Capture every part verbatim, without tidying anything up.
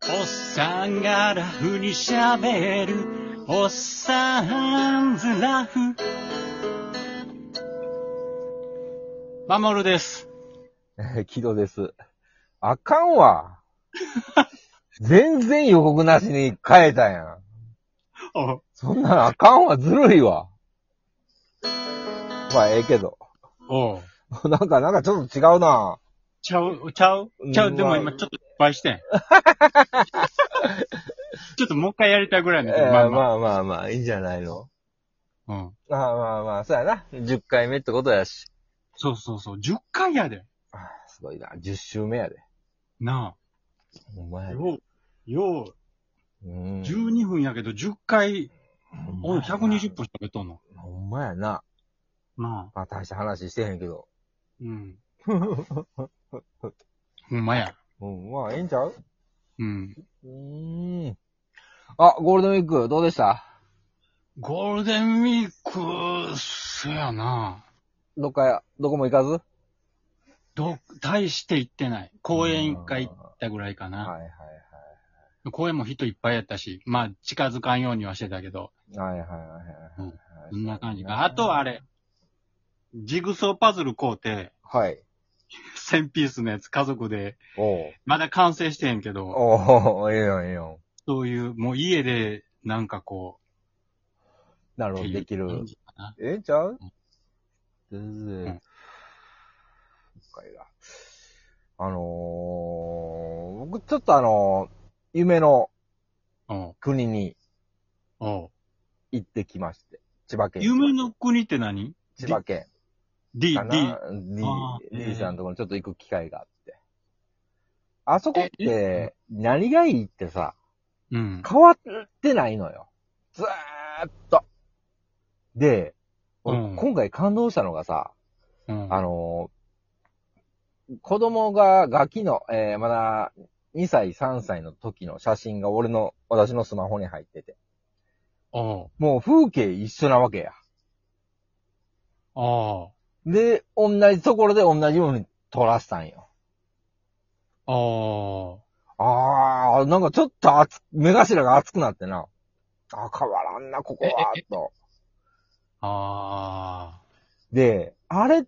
おっさんがラフに喋るおっさんずラフ。マモルです。 えー、木戸です。あかんわ。全然予告なしに変えたやん。そんなのあかんわ、ずるいわ。まあ、ええけど。 おう。 なんか、なんかちょっと違うな。 ちゃう、ちゃうちゃう、でも今ちょっと失敗してん。ちょっともう一回やりたいぐらいだけど、 えー、 まあまあ。 まあまあまあ、いいんじゃないの。 うん。 まあまあまあ、そうやな。じゅっかいめってことやし。 そうそうそう、じゅっかいやで。 あーすごいな。じゅっ週目やで。 なあ。 ほんまやで。 よう、よう、 うん。 じゅうにふんやけどじゅっかい、おい、 ほんまやなひゃくにじゅっぷん喋っとんの。 ほんまやな。 なあ。 まあ、大した話してへんけど。 うん。ほんまや。 うん、まあ、ええんちゃう？ うん。 うーん。あ、ゴールデンウィーク、どうでした？ ゴールデンウィーク、そやな。 どっか、どこも行かず？ ど、大して行ってない。公園一回行ったぐらいかな。 はいはい公園も人いっぱいやったし、まあ、近づかんようにはしてたけど。 はい。はいはいはいはい。 うん。そんな感じか。あとはあれ、ジグソーパズル買うて、 はい。 せんピースのやつ家族で、 おう。 まだ完成してへんけど、 おう、ええよええよ。 そういう、もう家で、なんかこう、 なるほど、 っていうできる感。じかな。 ええんちゃう？全う然ん。 今回が。あのー、僕ちょっとあのー、夢のおう国におう。 行ってきまして。千葉県。 夢の国って何？ 千葉県 D、 か D、D。 な ?D、 ああ、 D さんのとえころにちょっと行く機会があって。あそこっええて、何がいいってさ、 ー、うん。 変わってないのよ。ずーっと。で、俺、 うん今回感動したのがさ、 うん。 あのー、子供がガキの、えー、まだにさい、さんさいの時の写真が俺の、私のスマホに入ってて。 おう。 もう風景一緒なわけや。 あで、同じところで同じように撮らせたんよ。 あ。ああー、なんかちょっと熱、目頭が熱くなってな。あ、変わらんな、ここは、と。 あ。あで、あれって、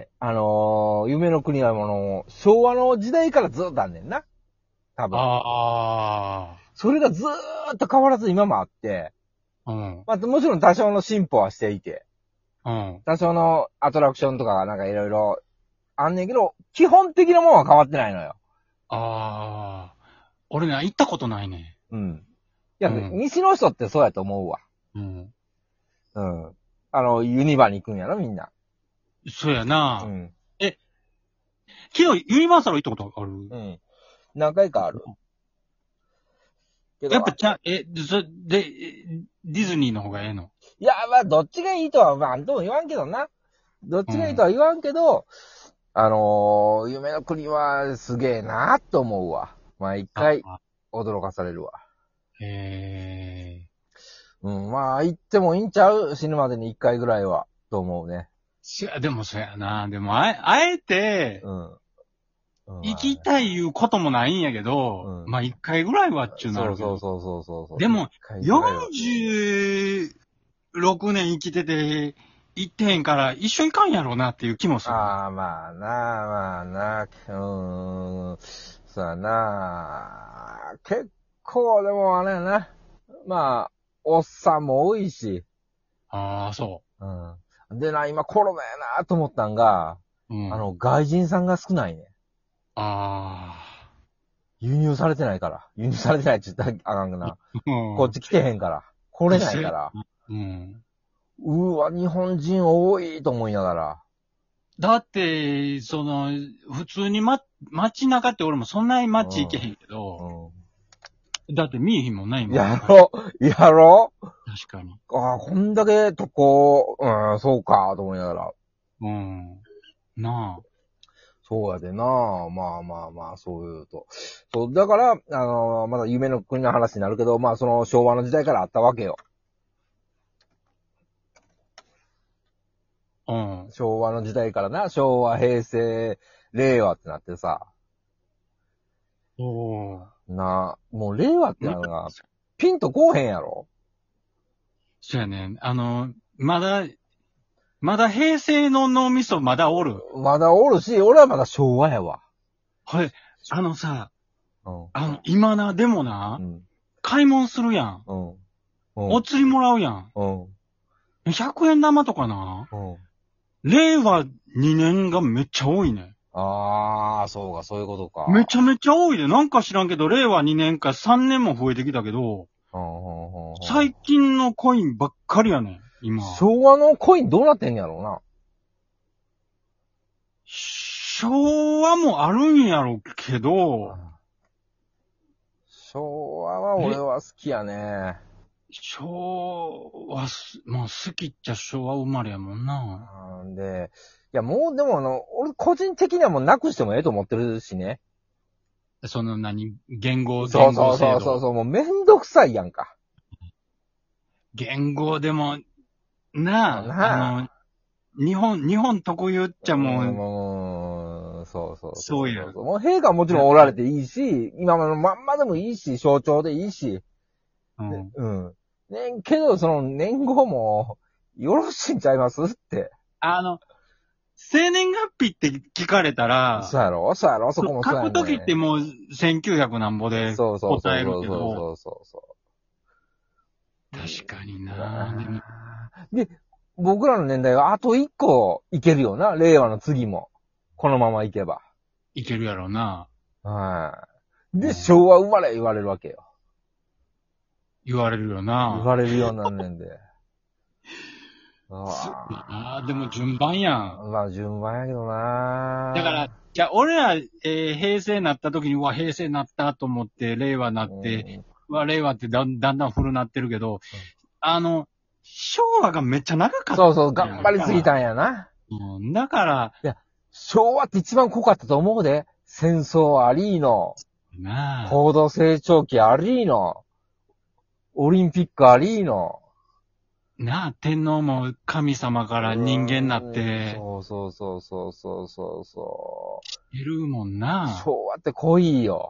あのー、夢の国はもの、昭和の時代からずっとあんねんな。多あ。 分。 あそれがずーっと変わらず今もあって、 あ。うん。 まあ、もちろん多少の進歩はしていて、 うん。 多少のアトラクションとかがなんかいろいろあんねんけど、基本的なものは変わってないのよ。 ああ。俺ね、行ったことないね。 うん。いや、 うん西の人ってそうやと思うわ。 うん。 うん。あの、ユニバに行くんやろ、みんな。 そうやな。 うん。 え、昨日ユニバーサル行ったことある？ うん。何回かある。けど、 やっぱちゃ、え、そ、で、えディズニーの方がええの？ いや、まあ、どっちがいいとは、まあ、なんとも言わんけどな。どっちがいいとは言わんけど、あのー、夢の国はすげえなと思うわ。毎回あ、 驚かされるわ。 へえ。 うん、まあ、行ってもいいんちゃう？死ぬまでに一回ぐらいは、と思うね。 そや、でもそうやな。でも、あえ、あえて、 うん。うん、 行きたいいうこともないんやけど、 うんまあ一回ぐらいはっちゅうなるけど。 そうそうそうそうそう。 でも一回ぐらいはよんじゅうろくねん生きてて、行ってへんから一緒行かんやろうなっていう気もする。 ああ、まあな、まあな、うーん、そうやな。結構でもあれやな。まあ、おっさんも多いし。 ああ、そうん。でな、今コロナやなと思ったんが、 う。うん。 あの、外人さんが少ないね。 あ輸入されてないから。輸入されてないって言ったらあかんかな。 あ。うん。 こっち来てへんから。来れないから。 うん。 うーわ、日本人多いと思いながら。 だって、その、普通にま、街中って俺もそんなに街行けへんけど、 うだって見えへんもんないん。 もん。 やろやろ確かに。 ああ、こんだけとこ、うん、そうか、と思いながら。 うん。なそうやでなまあまあまあ、そういうと。そう、だから、あのーまだ夢の国の話になるけど、まあその昭和の時代からあったわけよ。 あ。うん。 昭和の時代からな、昭和、平成、令和ってなってさ。 おー。 な、もう令和ってのが、ピンとこうへんやろ。 そうやね。あの、まだ、まだ平成の脳みそまだおる。 まだおるし、俺はまだ昭和やわ。 はい。あのさ、 うん。 あの、今な、でもな、 うん。 買い物するやん。 うん。うん。 お釣りもらうやん。 うん。 ひゃくえん玉とかな。 うん。 令和にねんがめっちゃ多いね。 あー、そうか、そういうことか。 めちゃめちゃ多いで。なんか知らんけど、令和にねんかさんねんも増えてきたけど、 うんうんうんうん最近のコインばっかりやねん、今。 昭和のコインどうなってんやろうな。 昭和もあるんやろうけど、 昭和は俺は好きやね。 昭和す、まあ好きっちゃ昭和生まれやもんな。 うんで、いやもうでもあの、俺個人的にはもうなくしてもええと思ってるしね。 その何、言語、 そうそう言語制度。 そうそうそう、もうめんどくさいやんか。 言語でも、なあ、 なああの、日本、日本特有っちゃもう、 もう、そうそうそうやん。 もう陛下はもちろんおられていいし、今のまんまでもいいし、象徴でいいし。 うん。 うん。ね、けど、その年号も、よろしいんちゃいますって。 あの、生年月日って聞かれたら、 そうやろそうやろそこもそうやね書くときってもうせんきゅうひゃくなんぼでそうそうそう答えるそうけど、 そうそうそう。 確かになでもで、僕らの年代はあと一個いけるよな。令和の次も。このままいけば。 いけるやろうな。 はい。で、 うん昭和生まれ言われるわけよ。 言われるよ言な。 われるようになんねんで。 すああーでも順番やん。 まあ順番やけどなだから、じゃあ俺ら、えー平成なった時に、うわ、平成なったと思って、令和なって、うわ、令和ってだんだんだん古なってるけど、あの、昭和がめっちゃ長かった。 そうそう、頑張りすぎたんやな。 うん、だから、 昭和って一番濃かったと思うで。戦争ありーの、 なあ、 高度成長期ありーの、オリンピックありーの。 なあ、天皇も神様から人間になって、 そうそうそうそうそうそうそいるもんう。 な。 昭和って濃いよ。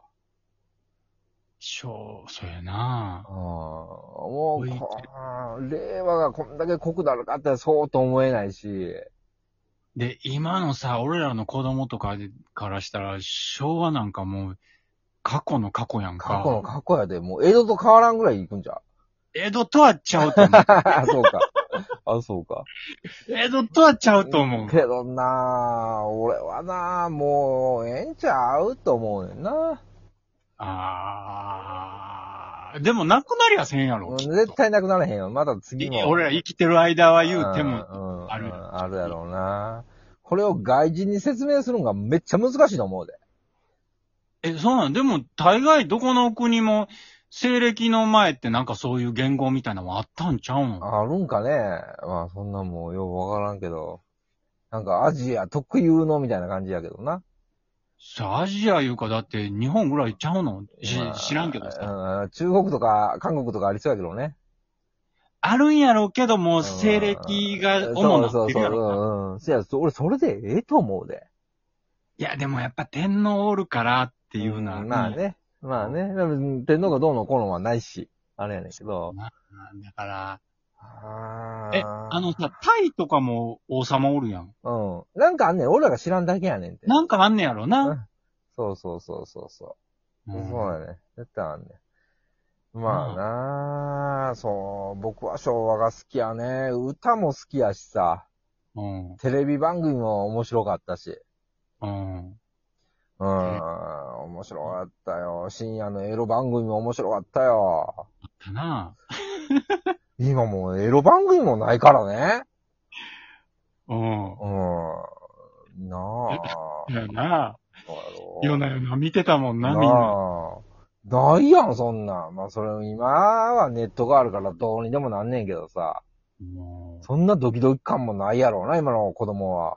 昭、そうやなうん。。もう濃いこ、令和がこんだけ濃くなるかってそうと思えないし。 で、今のさ、俺らの子供とかでからしたら、昭和なんかもう、過去の過去やんか。 過去の過去やで、もう江戸と変わらんぐらい行くんじゃう。 江戸とはちゃうと思う。 そうか。あ、そうか。 江戸とはちゃうと思う。 けどなぁ、俺はなぁ、もう、ええんちゃうと思うねんな。 あー。でも、なくなりはせんやろ。きっと絶対なくなれへんよ。まだ次も。 俺ら生きてる間は言うてうんも、 うんあるうんあるやろうな。これを外人に説明するのがめっちゃ難しいと思うで。 え、そうなんでも、大概どこの国も、西暦の前ってなんかそういう言語みたいなのあったんちゃうの？ あるんかね。まあそんなんもうよくわからんけど。なんかアジア特有のみたいな感じやけどな。 さ、アジアいうかだって日本ぐらいちゃうの？しまあ知らんけどさ。 うん中国とか韓国とかありそうやけどね。 あるんやろうけども、西暦が主なってるやろそうそうそう。うん。いや、俺それでええと思うで。 いや、でもやっぱ天皇おるからっていうのは、 んまあ。ね。まあね。でも天皇がどうのこうのはないし。あれやねんけど。 なだから、 あえ、あのさ、タイとかも王様おるやん。 うん。なんかあんねん。俺らが知らんだけやねんて。 なんかあんねやろうな。 んそうそうそうそうそう。 うんそうやね。絶対あんねん。まあなあ、そう、僕は昭和が好きやね。歌も好きやしさ。 うん。 テレビ番組も面白かったし。 うん。 うん、面白かったよ。深夜のエロ番組も面白かったよ。 かな。 今もうエロ番組もないからね。 うん。 うん。なあ。 やな。 そうやろ夜な夜な見てたもんな、みんな。 なあ。ないやん、そんな。まあ、それ、今はネットがあるからどうにでもなんねんけどさ。 もうそんなドキドキ感もないやろうな、今の子供は。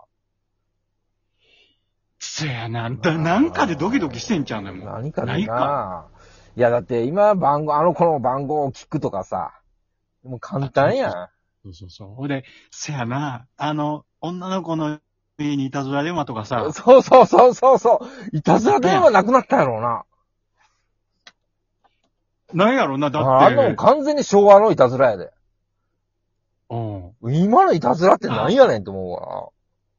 そやな。だなんかでドキドキしてんちゃうねん、もう。 何かでないか。 な。いや、だって今番号、あの子の番号を聞くとかさ。もう簡単やん。 そうそうそう。ほいで、せやな。あの、女の子の家にいたずら電話とかさ。 そうそうそうそうそう。いたずら電話なくなったやろうな。 なんやろな、だって。 あんなもん完全に昭和のいたずらやで。 うん。 今のいたずらって何やねんって思うわ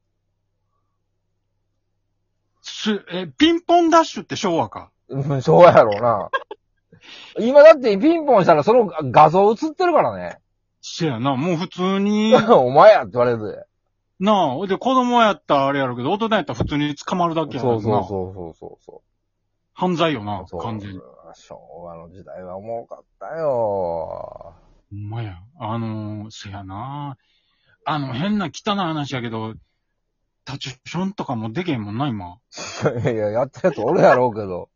す、え、ピンポンダッシュって昭和か。 な。うん、昭和やろうな。今だってピンポンしたらその画像映ってるからね。 せやな、もう普通に、 お前やって言われるで。 なあ、で、子供やったらあれやろうけど、大人やったら普通に捕まるだけやからな。 そうそうそうそうそう。 犯罪よな、 そう完全に。 昭和の時代はおもろかったよ。 ほんまや。あのー、せやな。あの、変な汚い話やけど、タチュションとかもでけへんもんな、今。 いやいや、やったやつおるやろうけど。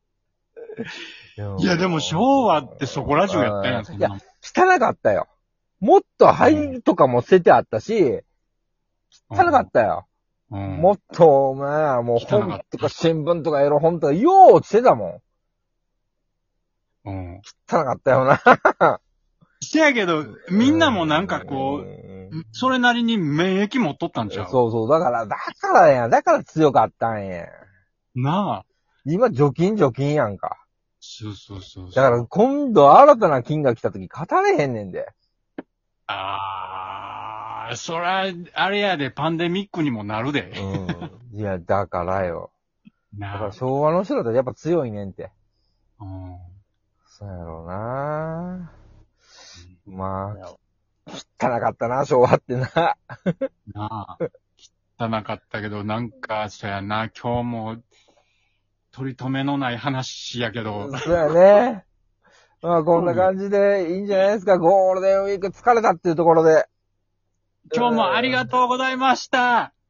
いや、でも昭和ってそこら中やったやん、そんいやな。、 汚かったよ。もっと灰とかも捨ててあったし、汚かったよ。 うん。 もっと、お前、もう汚かった本とか新聞とかエロ本とか、よう落ちてたもん。 うん。 汚かったよな。 せやけど、みんなもなんかこう、 う、 それなりに免疫持っとったんちゃうそうそう。だから、だからや。だから強かったんや。 なあ。 今、除菌除菌やんか。 そうそうそうそう。 だから、今度新たな菌が来た時語れへんねんで。 あー、そら、あれやで、パンデミックにもなるで。 うん。いや、だからよ。だからなあ。 昭和の人だってやっぱ強いねんって。 うん。 そうやろうな。まあ、汚かったな、昭和ってな。 なあ。汚かったけど、なんか、そやな、今日も、取り留めのない話やけど。 そうやね。まあ、こんな感じでいいんじゃないですか。ゴールデンウィーク疲れたっていうところで。 今日もありがとうございました。